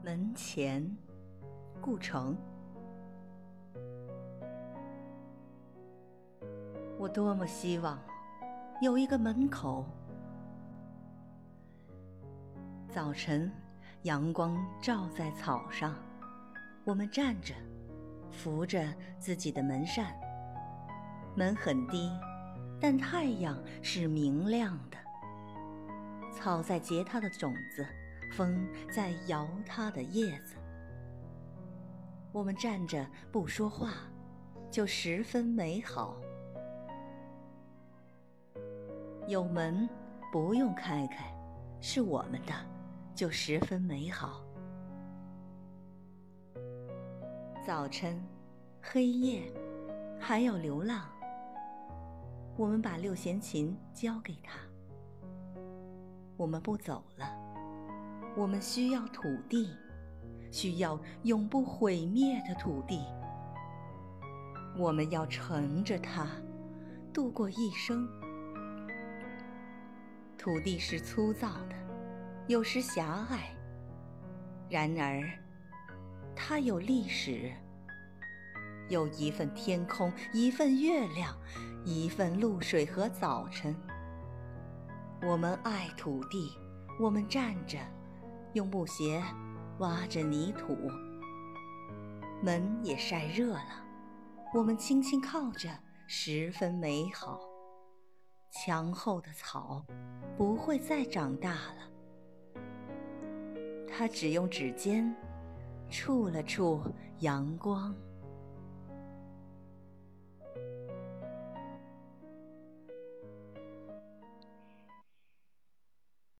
门前，顾城。我多么希望有一个门口，早晨阳光照在草上，我们站着，扶着自己的门扇。门很低，但太阳是明亮的。草在结它的种子，风在摇它的叶子。我们站着不说话，就十分美好。有门不用开开，是我们的，就十分美好。早晨，黑夜，还有流浪。我们把六弦琴交给他。我们不走了，我们需要土地，需要永不毁灭的土地。我们要乘着它度过一生。土地是粗糙的，有时狭隘，然而它有历史，有一份天空，一份月亮，一份露水和早晨。我们爱土地，我们站着，用布鞋挖着泥土。门也晒热了，我们轻轻靠着，十分美好。墙后的草不会再长大了，它只用指尖触了触阳光。